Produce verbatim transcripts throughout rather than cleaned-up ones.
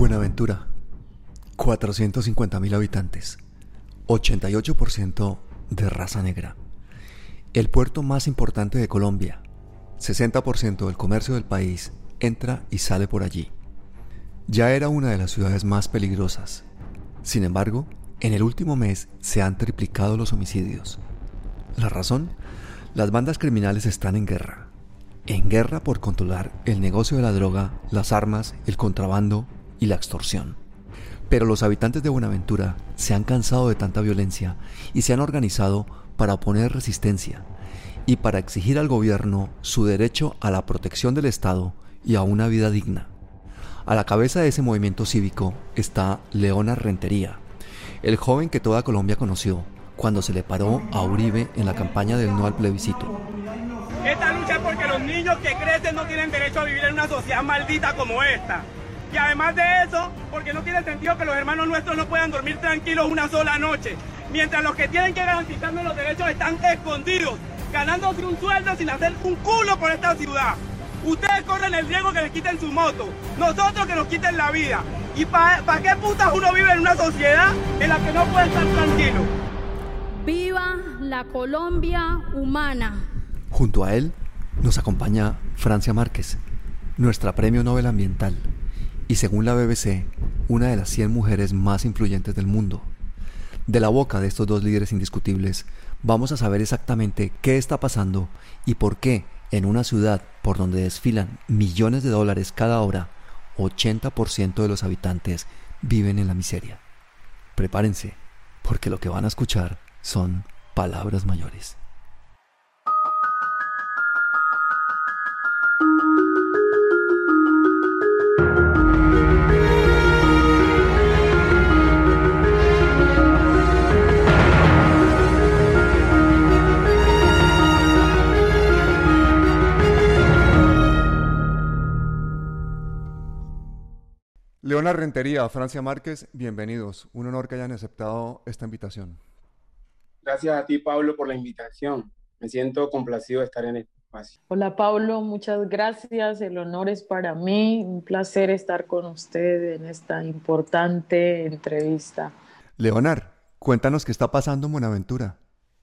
Buenaventura, cuatrocientos cincuenta mil habitantes, ochenta y ocho por ciento de raza negra. El puerto más importante de Colombia, sesenta por ciento del comercio del país entra y sale por allí. Ya era una de las ciudades más peligrosas. Sin embargo, en el último mes se han triplicado los homicidios. ¿La razón? Las bandas criminales están en guerra. En guerra por controlar el negocio de la droga, las armas, el contrabando y la extorsión. Pero los habitantes de Buenaventura se han cansado de tanta violencia y se han organizado para oponer resistencia y para exigir al gobierno su derecho a la protección del Estado y a una vida digna. A la cabeza de ese movimiento cívico está Leonard Rentería, el joven que toda Colombia conoció cuando se le paró a Uribe en la campaña del no al plebiscito. Esta lucha es porque los niños que crecen no tienen derecho a vivir en una sociedad maldita como esta. Y además de eso, porque no tiene sentido que los hermanos nuestros no puedan dormir tranquilos una sola noche, mientras los que tienen que garantizarnos los derechos están escondidos, ganándose un sueldo sin hacer un culo por esta ciudad. Ustedes corren el riesgo que les quiten su moto, nosotros que nos quiten la vida. ¿Y para pa qué putas uno vive en una sociedad en la que no puede estar tranquilo? ¡Viva la Colombia humana! Junto a él nos acompaña Francia Márquez, nuestra premio Nobel Ambiental, y según la B B C, una de las cien mujeres más influyentes del mundo. De la boca de estos dos líderes indiscutibles, vamos a saber exactamente qué está pasando y por qué en una ciudad por donde desfilan millones de dólares cada hora, ochenta por ciento de los habitantes viven en la miseria. Prepárense, porque lo que van a escuchar son palabras mayores. Leonard Rentería, Francia Márquez, bienvenidos. Un honor que hayan aceptado esta invitación. Gracias a ti, Pablo, por la invitación. Me siento complacido de estar en este espacio. Hola, Pablo, muchas gracias. El honor es para mí. Un placer estar con usted en esta importante entrevista. Leonard, cuéntanos qué está pasando en Buenaventura.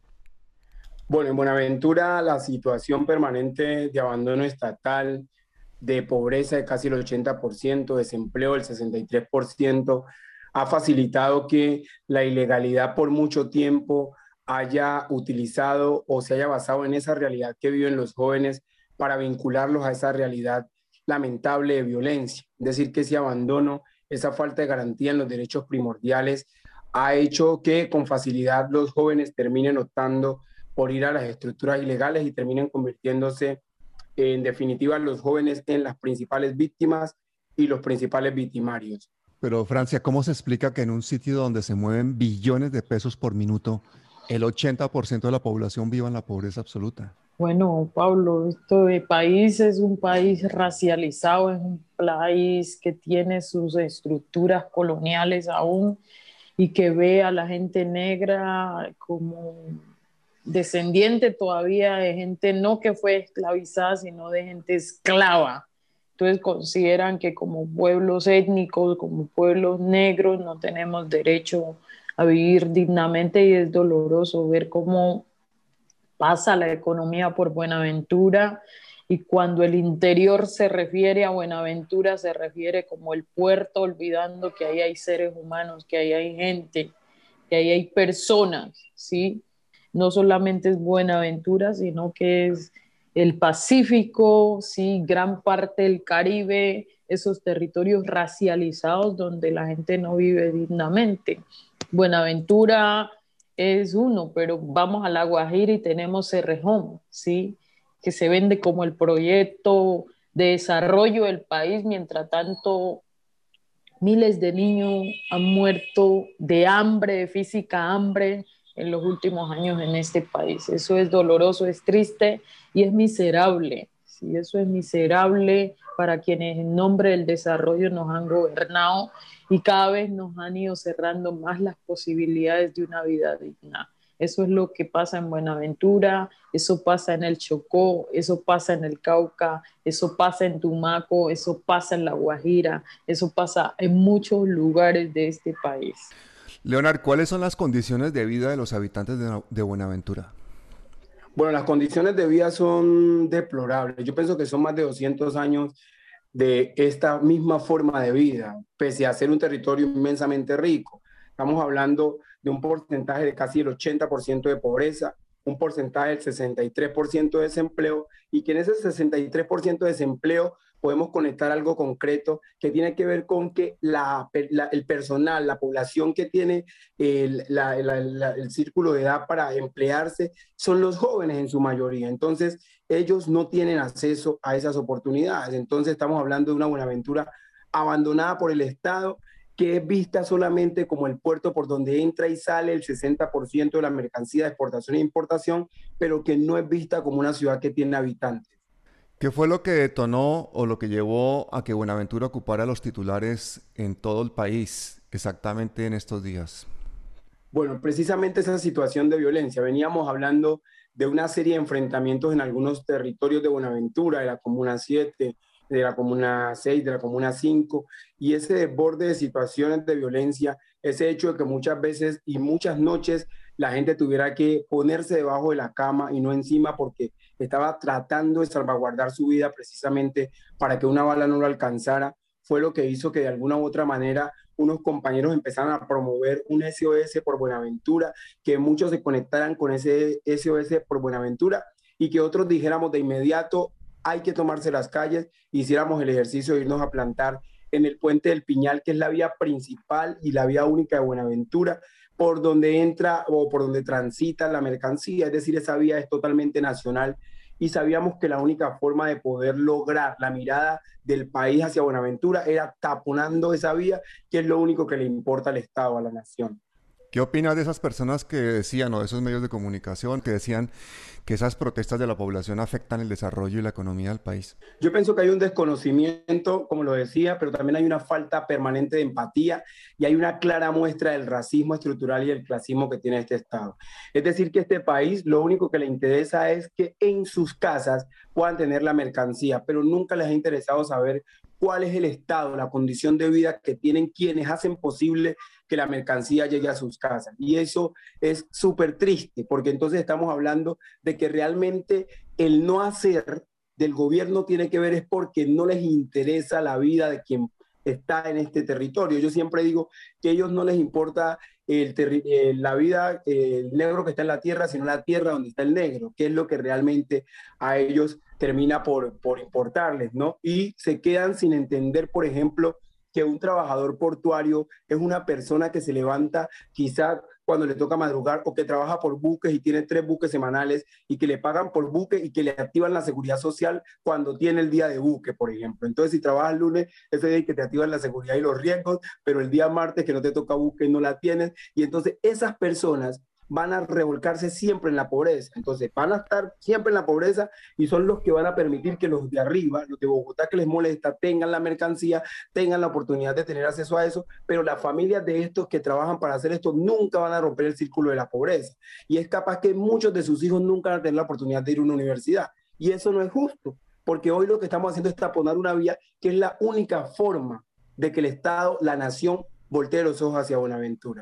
Bueno, en Buenaventura la situación permanente de abandono estatal, de pobreza de casi el ochenta por ciento, desempleo del sesenta y tres por ciento, ha facilitado que la ilegalidad por mucho tiempo haya utilizado o se haya basado en esa realidad que viven los jóvenes para vincularlos a esa realidad lamentable de violencia. Es decir, que ese abandono, esa falta de garantía en los derechos primordiales ha hecho que con facilidad los jóvenes terminen optando por ir a las estructuras ilegales y terminen convirtiéndose en definitiva los jóvenes en las principales víctimas y los principales victimarios. Pero Francia, ¿cómo se explica que en un sitio donde se mueven billones de pesos por minuto, el ochenta por ciento de la población viva en la pobreza absoluta? Bueno, Pablo, este país es un país racializado, es un país que tiene sus estructuras coloniales aún y que ve a la gente negra como descendiente todavía de gente no que fue esclavizada, sino de gente esclava. Entonces consideran que como pueblos étnicos, como pueblos negros, no tenemos derecho a vivir dignamente y es doloroso ver cómo pasa la economía por Buenaventura y cuando el interior se refiere a Buenaventura se refiere como el puerto, olvidando que ahí hay seres humanos, que ahí hay gente, que ahí hay personas, ¿sí? No solamente es Buenaventura, sino que es el Pacífico, sí, gran parte del Caribe, esos territorios racializados donde la gente no vive dignamente. Buenaventura es uno, pero vamos a La Guajira y tenemos Cerrejón, ¿sí? Que se vende como el proyecto de desarrollo del país, mientras tanto miles de niños han muerto de hambre, de física hambre, en los últimos años en este país. Eso es doloroso, es triste y es miserable. Sí, eso es miserable para quienes en nombre del desarrollo nos han gobernado y cada vez nos han ido cerrando más las posibilidades de una vida digna. Eso es lo que pasa en Buenaventura, eso pasa en el Chocó, eso pasa en el Cauca, eso pasa en Tumaco, eso pasa en La Guajira, eso pasa en muchos lugares de este país. Leonard, ¿cuáles son las condiciones de vida de los habitantes de, de Buenaventura? Bueno, las condiciones de vida son deplorables. Yo pienso que son más de doscientos años de esta misma forma de vida, pese a ser un territorio inmensamente rico. Estamos hablando de un porcentaje de casi el ochenta por ciento de pobreza, un porcentaje del sesenta y tres por ciento de desempleo, y que en ese sesenta y tres por ciento de desempleo podemos conectar algo concreto que tiene que ver con que la, la, el personal, la población que tiene el, la, la, la, el círculo de edad para emplearse son los jóvenes en su mayoría. Entonces, ellos no tienen acceso a esas oportunidades. Entonces, estamos hablando de una Buenaventura abandonada por el Estado, que es vista solamente como el puerto por donde entra y sale el sesenta por ciento de la mercancía de exportación e importación, pero que no es vista como una ciudad que tiene habitantes. ¿Qué fue lo que detonó o lo que llevó a que Buenaventura ocupara los titulares en todo el país exactamente en estos días? Bueno, precisamente esa situación de violencia. Veníamos hablando de una serie de enfrentamientos en algunos territorios de Buenaventura, de la Comuna siete, de la Comuna seis, de la Comuna cinco, y ese desborde de situaciones de violencia, ese hecho de que muchas veces y muchas noches la gente tuviera que ponerse debajo de la cama y no encima porque estaba tratando de salvaguardar su vida precisamente para que una bala no lo alcanzara, fue lo que hizo que de alguna u otra manera unos compañeros empezaran a promover un S O S por Buenaventura, que muchos se conectaran con ese S O S por Buenaventura y que otros dijéramos de inmediato hay que tomarse las calles, hiciéramos el ejercicio de irnos a plantar en el Puente del Piñal, que es la vía principal y la vía única de Buenaventura, por donde entra o por donde transita la mercancía, es decir, esa vía es totalmente nacional y sabíamos que la única forma de poder lograr la mirada del país hacia Buenaventura era taponando esa vía, que es lo único que le importa al Estado, a la nación. ¿Qué opinas de esas personas que decían, o de esos medios de comunicación, que decían que esas protestas de la población afectan el desarrollo y la economía del país? Yo pienso que hay un desconocimiento, como lo decía, pero también hay una falta permanente de empatía y hay una clara muestra del racismo estructural y el clasismo que tiene este Estado. Es decir, que este país lo único que le interesa es que en sus casas puedan tener la mercancía, pero nunca les ha interesado saber cuál es el estado, la condición de vida que tienen quienes hacen posible que la mercancía llegue a sus casas. Y eso es súper triste, porque entonces estamos hablando de que realmente el no hacer del gobierno tiene que ver es porque no les interesa la vida de quien está en este territorio. Yo siempre digo que a ellos no les importa el eh, la vida, eh, el negro que está en la tierra, sino la tierra donde está el negro, que es lo que realmente a ellos termina por, por importarles, ¿no? Y se quedan sin entender, por ejemplo, que un trabajador portuario es una persona que se levanta quizá cuando le toca madrugar o que trabaja por buques y tiene tres buques semanales y que le pagan por buque y que le activan la seguridad social cuando tiene el día de buque, por ejemplo. Entonces, si trabajas el lunes, ese día que te activan la seguridad y los riesgos, pero el día martes que no te toca buque no la tienes. Y entonces esas personas van a revolcarse siempre en la pobreza. Entonces van a estar siempre en la pobreza y son los que van a permitir que los de arriba, los de Bogotá que les molesta, tengan la mercancía, tengan la oportunidad de tener acceso a eso, pero las familias de estos que trabajan para hacer esto nunca van a romper el círculo de la pobreza. Y es capaz que muchos de sus hijos nunca van a tener la oportunidad de ir a una universidad. Y eso no es justo, porque hoy lo que estamos haciendo es taponar una vía que es la única forma de que el Estado, la nación, voltee los ojos hacia Buenaventura.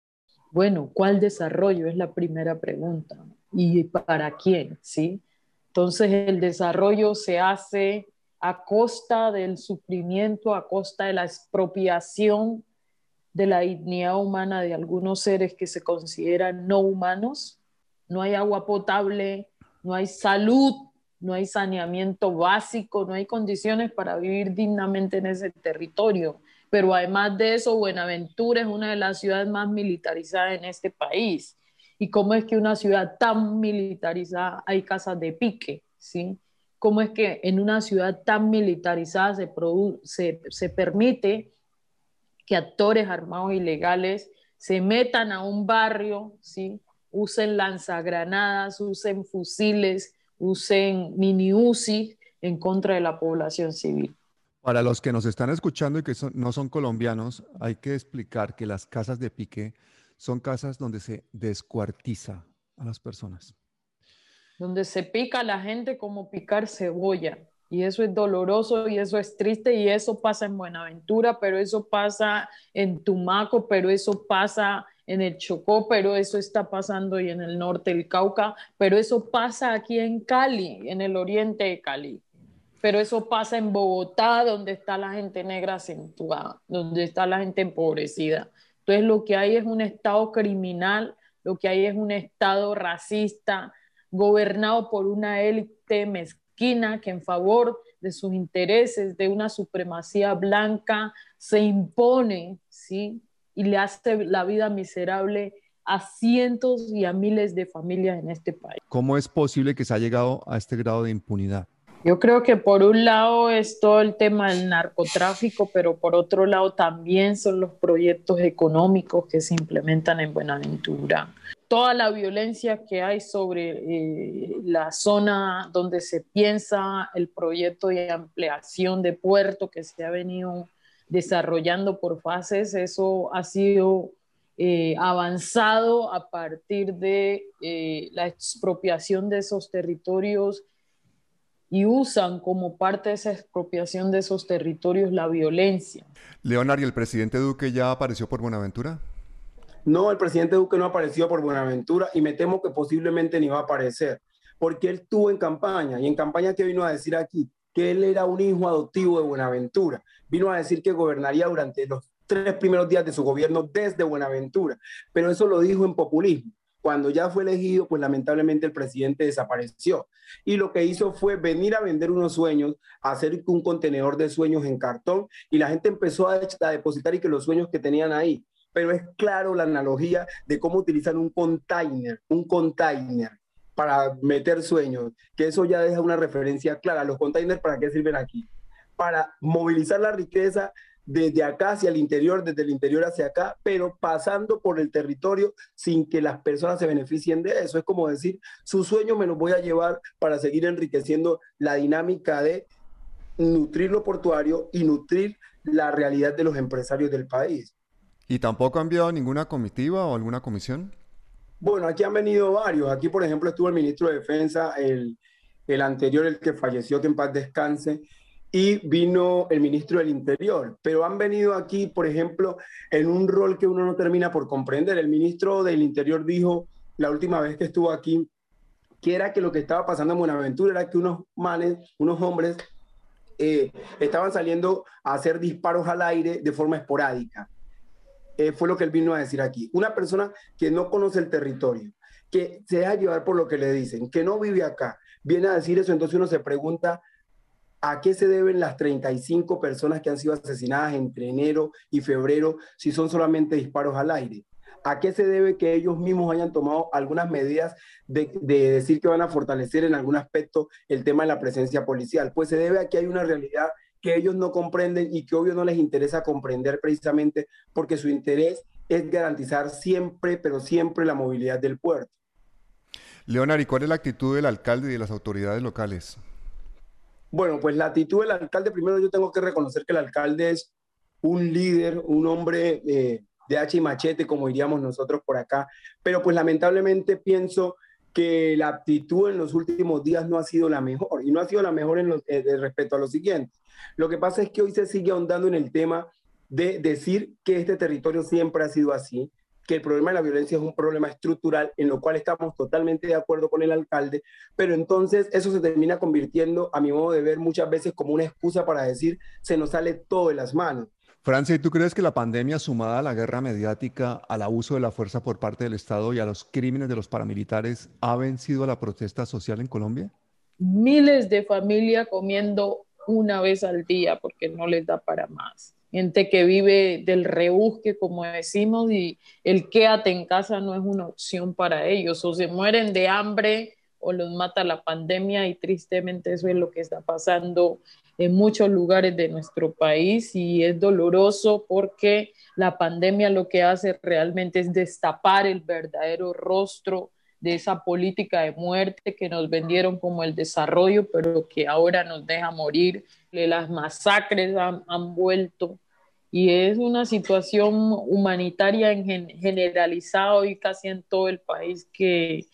Bueno, ¿cuál desarrollo? Es la primera pregunta. ¿Y para quién? ¿Sí? Entonces, el desarrollo se hace a costa del sufrimiento, a costa de la expropiación de la dignidad humana de algunos seres que se consideran no humanos. No hay agua potable, no hay salud, no hay saneamiento básico, no hay condiciones para vivir dignamente en ese territorio. Pero además de eso, Buenaventura es una de las ciudades más militarizadas en este país. ¿Y cómo es que una ciudad tan militarizada hay casas de pique? ¿Sí? ¿Cómo es que en una ciudad tan militarizada se, se, se permite que actores armados ilegales se metan a un barrio, ¿sí? Usen lanzagranadas, usen fusiles, usen mini Uzi en contra de la población civil? Para los que nos están escuchando y que son, no son colombianos, hay que explicar que las casas de pique son casas donde se descuartiza a las personas. Donde se pica a la gente como picar cebolla. Y eso es doloroso y eso es triste y eso pasa en Buenaventura, pero eso pasa en Tumaco, pero eso pasa en el Chocó, pero eso está pasando y en el norte del Cauca, pero eso pasa aquí en Cali, en el oriente de Cali. Pero eso pasa en Bogotá, donde está la gente negra acentuada, donde está la gente empobrecida. Entonces lo que hay es un estado criminal, lo que hay es un estado racista, gobernado por una élite mezquina que en favor de sus intereses, de una supremacía blanca, se impone, ¿sí? Y le hace la vida miserable a cientos y a miles de familias en este país. ¿Cómo es posible que se haya llegado a este grado de impunidad? Yo creo que por un lado es todo el tema del narcotráfico, pero por otro lado también son los proyectos económicos que se implementan en Buenaventura. Toda la violencia que hay sobre eh, la zona donde se piensa el proyecto de ampliación de puerto que se ha venido desarrollando por fases, eso ha sido eh, avanzado a partir de eh, la expropiación de esos territorios y usan como parte de esa expropiación de esos territorios la violencia. Leonard, ¿y el presidente Duque ya apareció por Buenaventura? No, el presidente Duque no apareció por Buenaventura y me temo que posiblemente ni va a aparecer, porque él estuvo en campaña y en campaña que vino a decir aquí que él era un hijo adoptivo de Buenaventura. Vino a decir que gobernaría durante los tres primeros días de su gobierno desde Buenaventura, pero eso lo dijo en populismo. Cuando ya fue elegido, pues lamentablemente el presidente desapareció. Y lo que hizo fue venir a vender unos sueños, a hacer un contenedor de sueños en cartón, y la gente empezó a, a depositar y que los sueños que tenían ahí. Pero es claro la analogía de cómo utilizan un container, un container para meter sueños, que eso ya deja una referencia clara. ¿Los containers para qué sirven aquí? Para movilizar la riqueza desde acá hacia el interior, desde el interior hacia acá, pero pasando por el territorio sin que las personas se beneficien de eso. Es como decir, su sueño me lo voy a llevar para seguir enriqueciendo la dinámica de nutrir lo portuario y nutrir la realidad de los empresarios del país. ¿Y tampoco ha enviado ninguna comitiva o alguna comisión? Bueno, aquí han venido varios. Aquí, por ejemplo, estuvo el ministro de Defensa, el, el anterior, el que falleció, que en paz descanse, y vino el ministro del Interior, pero han venido aquí, por ejemplo, en un rol que uno no termina por comprender. El ministro del Interior dijo la última vez que estuvo aquí que era que lo que estaba pasando en Buenaventura era que unos manes, unos hombres, eh, estaban saliendo a hacer disparos al aire de forma esporádica. Eh, fue lo que él vino a decir aquí. Una persona que no conoce el territorio, que se deja llevar por lo que le dicen, que no vive acá, viene a decir eso, entonces uno se pregunta ¿a qué se deben las treinta y cinco personas que han sido asesinadas entre enero y febrero si son solamente disparos al aire? ¿A qué se debe que ellos mismos hayan tomado algunas medidas de, de decir que van a fortalecer en algún aspecto el tema de la presencia policial? Pues se debe a que hay una realidad que ellos no comprenden y que obvio no les interesa comprender precisamente porque su interés es garantizar siempre, pero siempre la movilidad del puerto. Leonard, ¿y cuál es la actitud del alcalde y de las autoridades locales? Bueno, pues la actitud del alcalde, primero yo tengo que reconocer que el alcalde es un líder, un hombre eh, de hacha y machete, como diríamos nosotros por acá, pero pues lamentablemente pienso que la actitud en los últimos días no ha sido la mejor, y no ha sido la mejor en lo, eh, respecto a lo siguiente. Lo que pasa es que hoy se sigue ahondando en el tema de decir que este territorio siempre ha sido así, que el problema de la violencia es un problema estructural, en lo cual estamos totalmente de acuerdo con el alcalde, pero entonces eso se termina convirtiendo, a mi modo de ver, muchas veces como una excusa para decir, se nos sale todo de las manos. Francia, ¿y tú crees que la pandemia sumada a la guerra mediática, al abuso de la fuerza por parte del Estado y a los crímenes de los paramilitares ha vencido a la protesta social en Colombia? Miles de familias comiendo una vez al día porque no les da para más. Gente que vive del rebusque, como decimos, y el quédate en casa no es una opción para ellos. O se mueren de hambre o los mata la pandemia, y tristemente eso es lo que está pasando en muchos lugares de nuestro país, y es doloroso porque la pandemia lo que hace realmente es destapar el verdadero rostro de esa política de muerte que nos vendieron como el desarrollo, pero que ahora nos deja morir. Las masacres han, han vuelto Y es una situación humanitaria en gen generalizada hoy casi en todo el país que,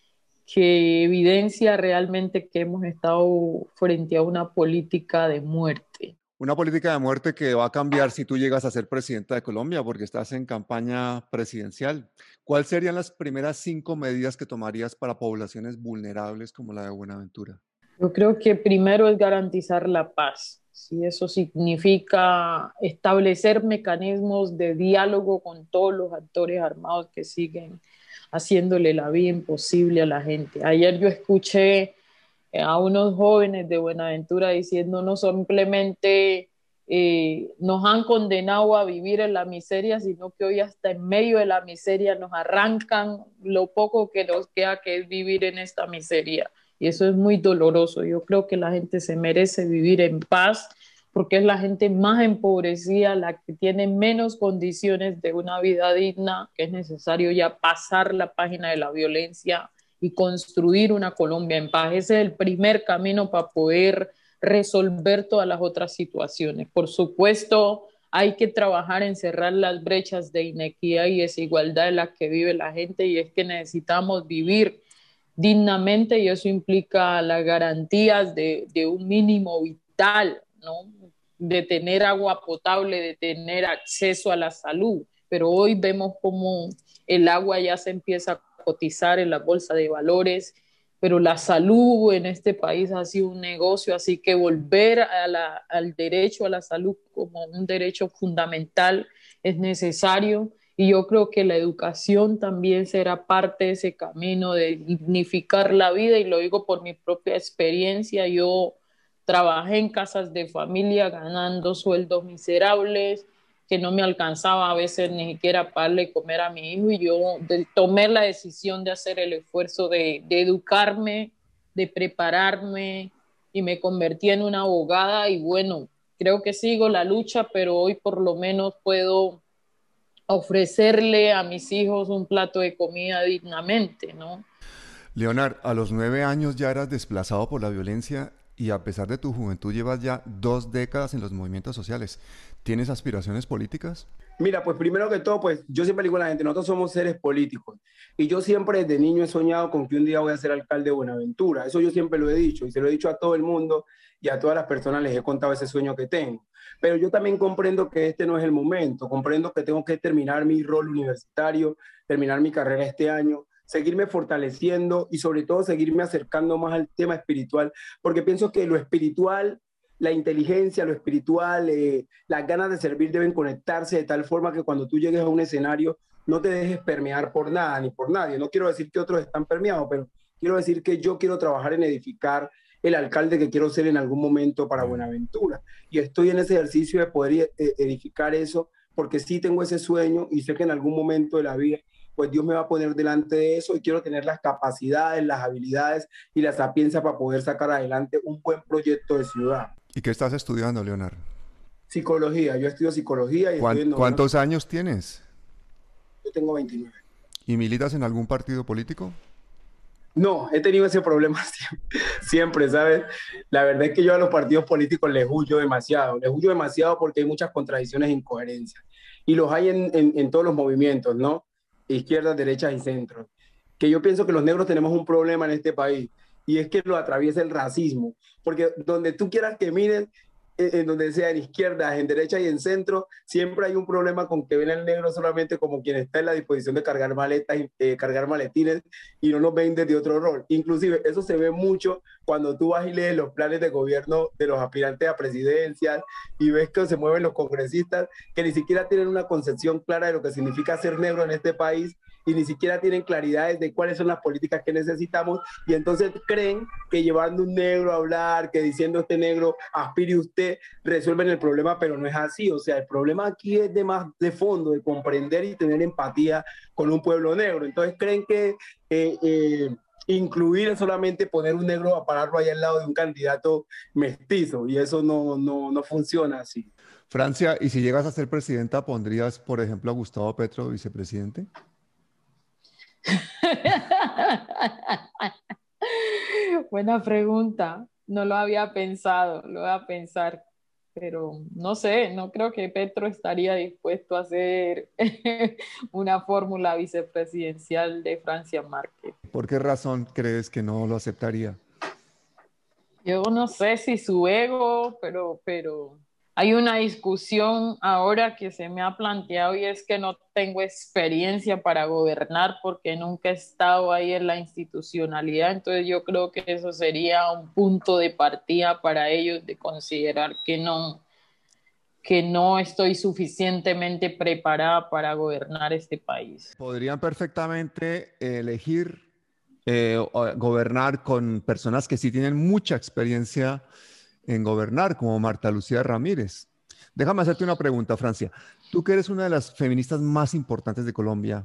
que evidencia realmente que hemos estado frente a una política de muerte. Una política de muerte que va a cambiar si tú llegas a ser presidenta de Colombia, porque estás en campaña presidencial. ¿Cuáles serían las primeras cinco medidas que tomarías para poblaciones vulnerables como la de Buenaventura? Yo creo que primero es garantizar la paz. Si eso significa establecer mecanismos de diálogo con todos los actores armados que siguen haciéndole la vida imposible a la gente. Ayer yo escuché a unos jóvenes de Buenaventura diciendo no simplemente eh, nos han condenado a vivir en la miseria, sino que hoy hasta en medio de la miseria nos arrancan lo poco que nos queda, que es vivir en esta miseria. Y eso es muy doloroso. Yo creo que la gente se merece vivir en paz porque es la gente más empobrecida, la que tiene menos condiciones de una vida digna, que es necesario ya pasar la página de la violencia y construir una Colombia en paz. Ese es el primer camino para poder resolver todas las otras situaciones. Por supuesto, hay que trabajar en cerrar las brechas de inequidad y desigualdad en las que vive la gente, y es que necesitamos vivir dignamente, y eso implica las garantías de, de un mínimo vital, ¿no? De tener agua potable, de tener acceso a la salud. Pero hoy vemos cómo el agua ya se empieza a cotizar en la bolsa de valores, pero la salud en este país ha sido un negocio, así que volver a la, al derecho a la salud como un derecho fundamental es necesario, y yo creo que la educación también será parte de ese camino de dignificar la vida, y lo digo por mi propia experiencia. Yo trabajé en casas de familia ganando sueldos miserables, que no me alcanzaba a veces ni siquiera para darle comer a mi hijo, y yo de, tomé la decisión de hacer el esfuerzo de, de educarme, de prepararme, y me convertí en una abogada. Y bueno, creo que sigo la lucha, pero hoy por lo menos puedo ofrecerle a mis hijos un plato de comida dignamente, ¿no? Leonard, a los nueve años ya eras desplazado por la violencia, y a pesar de tu juventud llevas ya dos décadas en los movimientos sociales. ¿Tienes aspiraciones políticas? Mira, pues primero que todo, pues yo siempre digo a la gente, nosotros somos seres políticos. Y yo siempre desde niño he soñado con que un día voy a ser alcalde de Buenaventura. Eso yo siempre lo he dicho, y se lo he dicho a todo el mundo, y a todas las personas les he contado ese sueño que tengo. Pero yo también comprendo que este no es el momento. Comprendo que tengo que terminar mi rol universitario, terminar mi carrera este año, seguirme fortaleciendo y sobre todo seguirme acercando más al tema espiritual, porque pienso que lo espiritual, la inteligencia, lo espiritual, eh, las ganas de servir deben conectarse de tal forma que cuando tú llegues a un escenario no te dejes permear por nada ni por nadie. No quiero decir que otros están permeados, pero quiero decir que yo quiero trabajar en edificar el alcalde que quiero ser en algún momento para Buenaventura. Y estoy en ese ejercicio de poder edificar eso, porque sí tengo ese sueño y sé que en algún momento de la vida pues Dios me va a poner delante de eso, y quiero tener las capacidades, las habilidades y la sapiencia para poder sacar adelante un buen proyecto de ciudad. ¿Y qué estás estudiando, Leonard? Psicología. Yo estudio psicología. Y ¿Cuán, estoy en ¿Cuántos años tienes? Yo tengo veintinueve. ¿Y militas en algún partido político? No, he tenido ese problema siempre, siempre, ¿sabes? La verdad es que yo a los partidos políticos les huyo demasiado. Les huyo demasiado porque hay muchas contradicciones e incoherencias. Y los hay en, en, en todos los movimientos, ¿no? Izquierdas, derechas y centros. Que yo pienso que los negros tenemos un problema en este país, y es que lo atraviesa el racismo. Porque donde tú quieras que mires, en donde sea en izquierdas, en derecha y en centro, siempre hay un problema con que ven al negro solamente como quien está en la disposición de cargar maletas, eh, cargar maletines, y no nos ven desde otro rol. Inclusive eso se ve mucho cuando tú vas y lees los planes de gobierno de los aspirantes a presidencias y ves que se mueven los congresistas que ni siquiera tienen una concepción clara de lo que significa ser negro en este país, y ni siquiera tienen claridades de cuáles son las políticas que necesitamos, y entonces creen que llevando un negro a hablar, que diciendo este negro aspire usted, resuelven el problema, pero no es así. O sea, el problema aquí es de más de fondo, de comprender y tener empatía con un pueblo negro. Entonces creen que eh, eh, incluir es solamente poner un negro a pararlo ahí al lado de un candidato mestizo, y eso no, no, no funciona así. Francia, ¿y si llegas a ser presidenta, pondrías, por ejemplo, a Gustavo Petro vicepresidente? Buena pregunta, no lo había pensado, lo voy a pensar. pero no sé, no creo que Petro estaría dispuesto a hacer una fórmula vicepresidencial de Francia Márquez. ¿Por qué razón crees que no lo aceptaría? Yo no sé si su ego, pero, pero hay una discusión ahora que se me ha planteado y es que no tengo experiencia para gobernar porque nunca he estado ahí en la institucionalidad. Entonces yo creo que eso sería un punto de partida para ellos de considerar que no, que no estoy suficientemente preparada para gobernar este país. Podrían perfectamente elegir eh, gobernar con personas que sí tienen mucha experiencia en gobernar, como Marta Lucía Ramírez. Déjame hacerte una pregunta, Francia. Tú que eres una de las feministas más importantes de Colombia,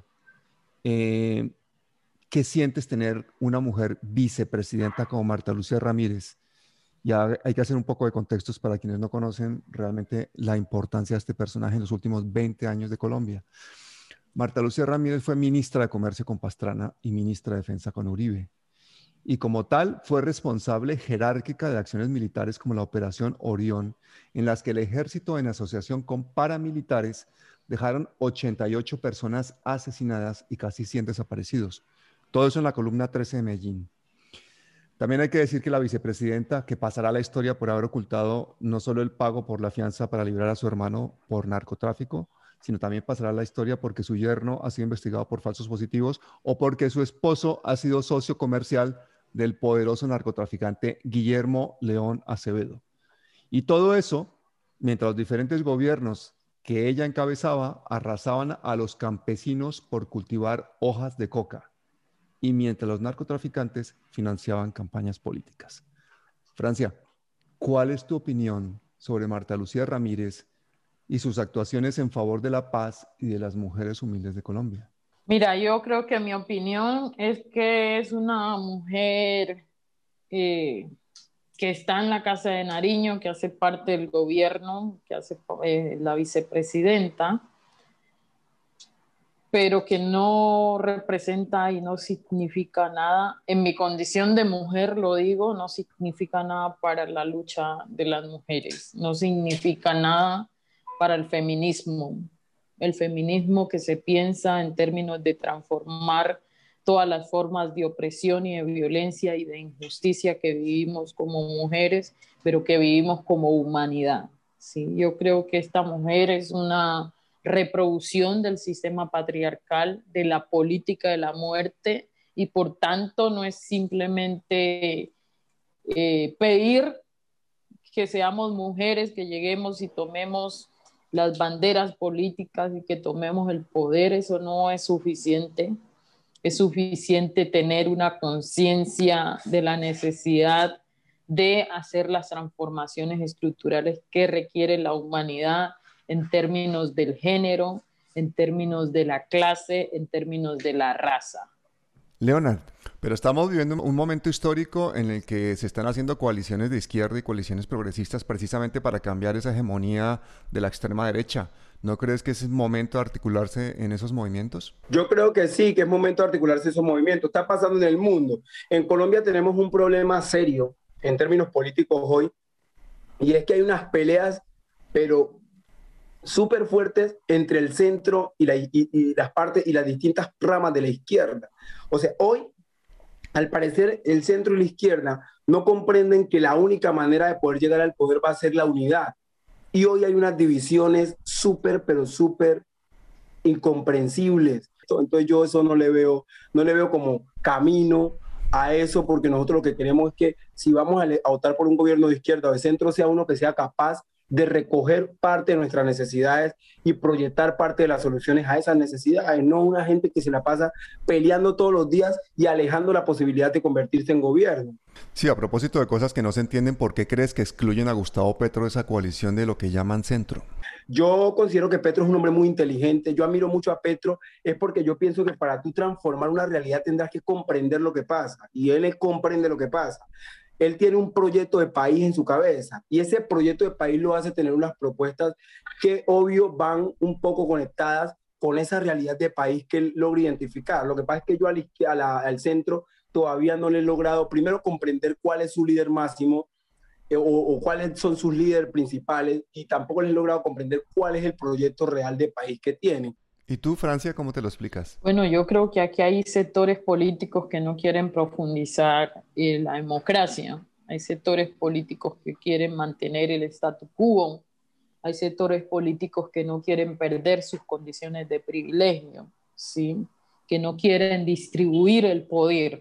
eh, ¿qué sientes tener una mujer vicepresidenta como Marta Lucía Ramírez? Ya hay que hacer un poco de contextos para quienes no conocen realmente la importancia de este personaje en los últimos veinte años de Colombia. Marta Lucía Ramírez fue ministra de Comercio con Pastrana y ministra de Defensa con Uribe. Y como tal, fue responsable jerárquica de acciones militares como la Operación Orión, en las que el ejército, en asociación con paramilitares, dejaron ochenta y ocho personas asesinadas y casi cien desaparecidos. Todo eso en la columna trece de Medellín. También hay que decir que la vicepresidenta, que pasará a la historia por haber ocultado no solo el pago por la fianza para librar a su hermano por narcotráfico, sino también pasará a la historia porque su yerno ha sido investigado por falsos positivos o porque su esposo ha sido socio comercial del poderoso narcotraficante Guillermo León Acevedo. Y todo eso, mientras los diferentes gobiernos que ella encabezaba arrasaban a los campesinos por cultivar hojas de coca y mientras los narcotraficantes financiaban campañas políticas. Francia, ¿cuál es tu opinión sobre Marta Lucía Ramírez y sus actuaciones en favor de la paz y de las mujeres humildes de Colombia? Mira, yo creo que mi opinión es que es una mujer eh, que está en la Casa de Nariño, que hace parte del gobierno, que hace eh, la vicepresidenta, pero que no representa y no significa nada, en mi condición de mujer lo digo, no significa nada para la lucha de las mujeres, no significa nada para el feminismo, el feminismo que se piensa en términos de transformar todas las formas de opresión y de violencia y de injusticia que vivimos como mujeres, pero que vivimos como humanidad. ¿Sí? Yo creo que esta mujer es una reproducción del sistema patriarcal, de la política de la muerte, y por tanto no es simplemente eh, pedir que seamos mujeres, que lleguemos y tomemos las banderas políticas y que tomemos el poder. Eso no es suficiente. Es suficiente tener una conciencia de la necesidad de hacer las transformaciones estructurales que requiere la humanidad en términos del género, en términos de la clase, en términos de la raza. Leonard, pero estamos viviendo un momento histórico en el que se están haciendo coaliciones de izquierda y coaliciones progresistas precisamente para cambiar esa hegemonía de la extrema derecha. ¿No crees que es momento de articularse en esos movimientos? Yo creo que sí, que es momento de articularse esos movimientos. Está pasando en el mundo. En Colombia tenemos un problema serio en términos políticos hoy, y es que hay unas peleas, pero súper fuertes entre el centro y, la, y, y las partes y las distintas ramas de la izquierda. O sea, hoy, al parecer, el centro y la izquierda no comprenden que la única manera de poder llegar al poder va a ser la unidad. Y hoy hay unas divisiones súper, pero súper incomprensibles. Entonces yo eso no le veo, no le veo como camino a eso, porque nosotros lo que queremos es que si vamos a, a optar por un gobierno de izquierda o de centro, sea uno que sea capaz de recoger parte de nuestras necesidades y proyectar parte de las soluciones a esas necesidades, no una gente que se la pasa peleando todos los días y alejando la posibilidad de convertirse en gobierno. Sí, a propósito de cosas que no se entienden, ¿por qué crees que excluyen a Gustavo Petro de esa coalición de lo que llaman centro? Yo considero que Petro es un hombre muy inteligente, yo admiro mucho a Petro, es porque yo pienso que para tú transformar una realidad tendrás que comprender lo que pasa, y él comprende lo que pasa. Él tiene un proyecto de país en su cabeza y ese proyecto de país lo hace tener unas propuestas que obvio van un poco conectadas con esa realidad de país que él logra identificar. Lo que pasa es que yo al, a la, al centro todavía no le he logrado primero comprender cuál es su líder máximo o, o cuáles son sus líderes principales, y tampoco les he logrado comprender cuál es el proyecto real de país que tienen. ¿Y tú, Francia, cómo te lo explicas? Bueno, yo creo que aquí hay sectores políticos que no quieren profundizar en la democracia. Hay sectores políticos que quieren mantener el statu quo. Hay sectores políticos que no quieren perder sus condiciones de privilegio, ¿sí? Que no quieren distribuir el poder,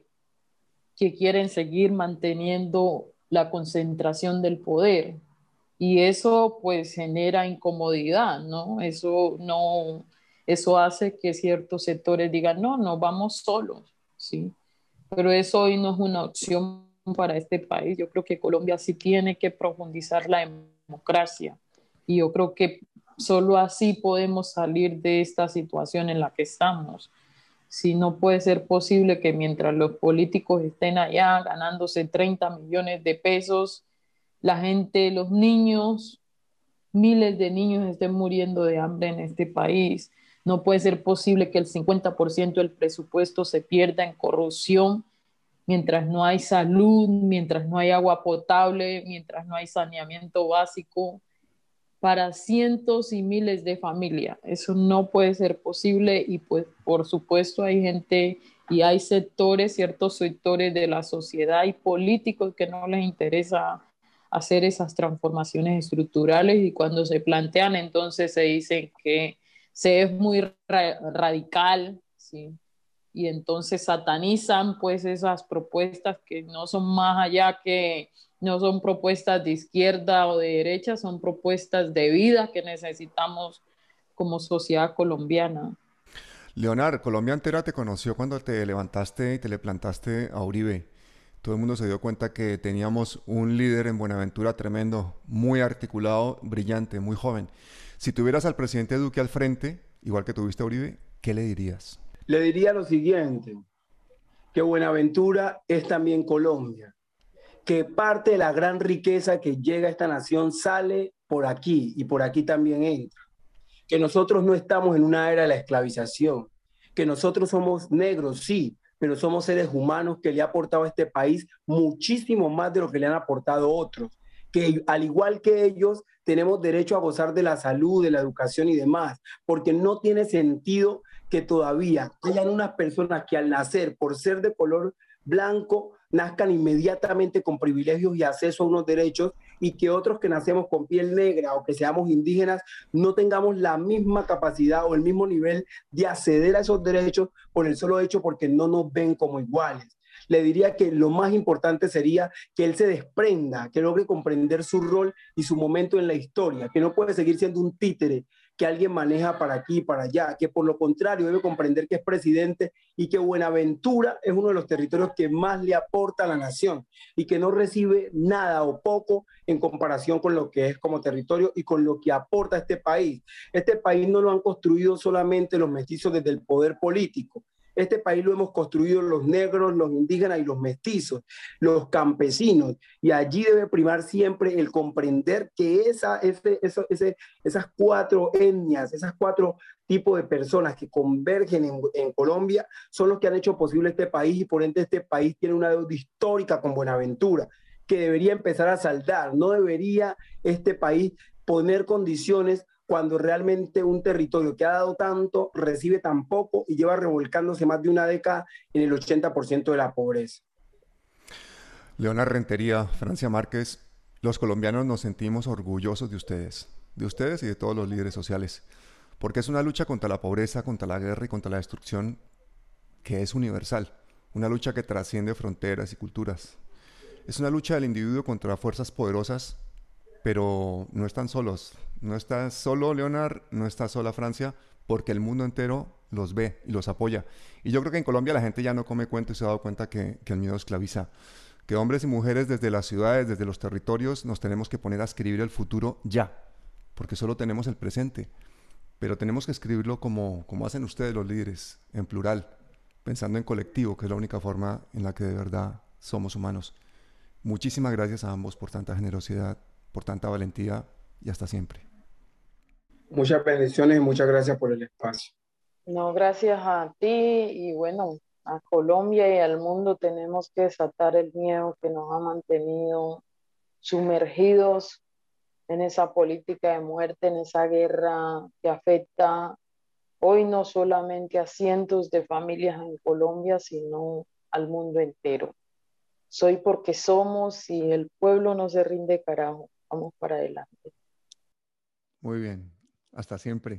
que quieren seguir manteniendo la concentración del poder. Y eso pues genera incomodidad, ¿no? Eso no, eso hace que ciertos sectores digan, no, no vamos solos, ¿sí? Pero eso hoy no es una opción para este país. Yo creo que Colombia sí tiene que profundizar la democracia. Y yo creo que solo así podemos salir de esta situación en la que estamos. Si no puede ser posible que mientras los políticos estén allá ganándose treinta millones de pesos, la gente, los niños, miles de niños estén muriendo de hambre en este país. No puede ser posible que el cincuenta por ciento del presupuesto se pierda en corrupción mientras no hay salud, mientras no hay agua potable, mientras no hay saneamiento básico para cientos y miles de familias. Eso no puede ser posible y pues por supuesto hay gente y hay sectores, ciertos sectores de la sociedad y políticos que no les interesa hacer esas transformaciones estructurales y cuando se plantean entonces se dicen que se es muy ra radical, ¿sí? Y entonces satanizan pues esas propuestas que no son más allá que no son propuestas de izquierda o de derecha, son propuestas de vida que necesitamos como sociedad colombiana. Leonard, Colombia entera te conoció cuando te levantaste y te le plantaste a Uribe. Todo el mundo se dio cuenta que teníamos un líder en Buenaventura tremendo, muy articulado, brillante, muy joven. Si tuvieras al presidente Duque al frente, igual que tuviste a Uribe, ¿qué le dirías? Le diría lo siguiente, que Buenaventura es también Colombia, que parte de la gran riqueza que llega a esta nación sale por aquí y por aquí también entra, que nosotros no estamos en una era de la esclavización, que nosotros somos negros, sí, pero somos seres humanos que le ha aportado a este país muchísimo más de lo que le han aportado otros, que al igual que ellos tenemos derecho a gozar de la salud, de la educación y demás, porque no tiene sentido que todavía hayan unas personas que al nacer, por ser de color blanco, nazcan inmediatamente con privilegios y acceso a unos derechos y que otros que nacemos con piel negra o que seamos indígenas no tengamos la misma capacidad o el mismo nivel de acceder a esos derechos por el solo hecho porque no nos ven como iguales. Le diría que lo más importante sería que él se desprenda, que logre comprender su rol y su momento en la historia, que no puede seguir siendo un títere que alguien maneja para aquí y para allá, que por lo contrario debe comprender que es presidente y que Buenaventura es uno de los territorios que más le aporta a la nación y que no recibe nada o poco en comparación con lo que es como territorio y con lo que aporta a este país. Este país no lo han construido solamente los mestizos desde el poder político. Este país lo hemos construido los negros, los indígenas y los mestizos, los campesinos. Y allí debe primar siempre el comprender que esa, ese, ese, ese, esas cuatro etnias, esas cuatro tipos de personas que convergen en, en Colombia son los que han hecho posible este país y por ende este país tiene una deuda histórica con Buenaventura que debería empezar a saldar. No debería este país poner condiciones cuando realmente un territorio que ha dado tanto recibe tan poco y lleva revolcándose más de una década en el ochenta por ciento de la pobreza. Leona Rentería, Francia Márquez, los colombianos nos sentimos orgullosos de ustedes, de ustedes y de todos los líderes sociales, porque es una lucha contra la pobreza, contra la guerra y contra la destrucción que es universal, una lucha que trasciende fronteras y culturas. Es una lucha del individuo contra fuerzas poderosas, pero no están solos. No está solo Leonard, no está sola Francia, porque el mundo entero los ve y los apoya. Y yo creo que en Colombia la gente ya no come cuento y se ha dado cuenta que, que el miedo esclaviza. Que hombres y mujeres desde las ciudades, desde los territorios, nos tenemos que poner a escribir el futuro ya, porque solo tenemos el presente. Pero tenemos que escribirlo como, como hacen ustedes los líderes, en plural, pensando en colectivo, que es la única forma en la que de verdad somos humanos. Muchísimas gracias a ambos por tanta generosidad, por tanta valentía y hasta siempre. Muchas bendiciones y muchas gracias por el espacio. No, gracias a ti y bueno, a Colombia y al mundo tenemos que desatar el miedo que nos ha mantenido sumergidos en esa política de muerte, en esa guerra que afecta hoy no solamente a cientos de familias en Colombia, sino al mundo entero. Soy porque somos y el pueblo no se rinde, carajo. Vamos para adelante. Muy bien. Hasta siempre.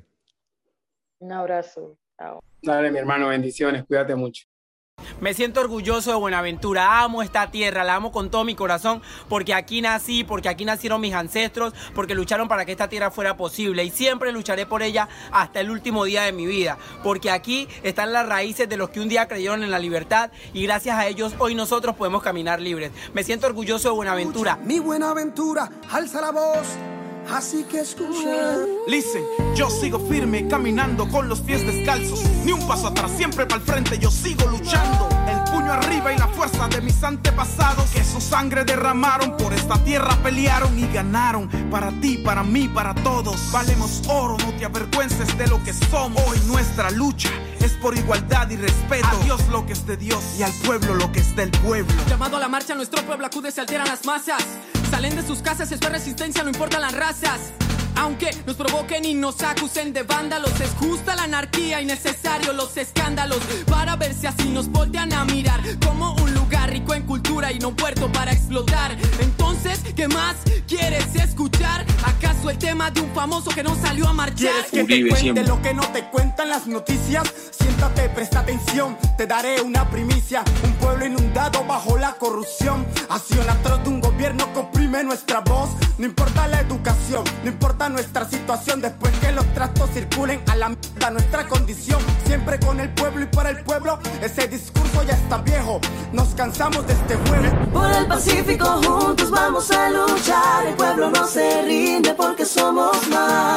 Un abrazo. Chao. Dale, mi hermano, bendiciones. Cuídate mucho. Me siento orgulloso de Buenaventura, amo esta tierra, la amo con todo mi corazón, porque aquí nací, porque aquí nacieron mis ancestros, porque lucharon para que esta tierra fuera posible y siempre lucharé por ella hasta el último día de mi vida, porque aquí están las raíces de los que un día creyeron en la libertad y gracias a ellos hoy nosotros podemos caminar libres. Me siento orgulloso de Buenaventura. Mi Buenaventura, alza la voz. Así que escucha. Listen, yo sigo firme, caminando con los pies descalzos. Ni un paso atrás, siempre para el frente, yo sigo luchando. El puño arriba y la fuerza de mis antepasados, que su sangre derramaron, por esta tierra pelearon y ganaron. Para ti, para mí, para todos. Valemos oro, no te avergüences de lo que somos. Hoy nuestra lucha es por igualdad y respeto. A Dios lo que es de Dios y al pueblo lo que es del pueblo. Llamado a la marcha, nuestro pueblo acude, se alteran las masas. Salen de sus casas, esto es resistencia, no importan las razas. Aunque nos provoquen y nos acusen de vándalos, es justa la anarquía, innecesario los escándalos, para ver si así nos voltean a mirar como un lugar rico en cultura y no puerto para explotar. Entonces, ¿qué más quieres escuchar? ¿Acaso el tema de un famoso que no salió a marchar? ¿Quieres que te cuente lo que no te cuentan las noticias? Siéntate, presta atención, te daré una primicia. Un pueblo inundado bajo la corrupción, acción atroz de un gobierno que oprime nuestra voz. No importa la educación, no importa nuestra situación, después que los trastos circulen a la mierda nuestra condición, siempre con el pueblo y para el pueblo. Ese discurso ya está viejo, nos cansamos de este juego. Por el Pacífico juntos vamos a luchar, el pueblo no se rinde porque somos más.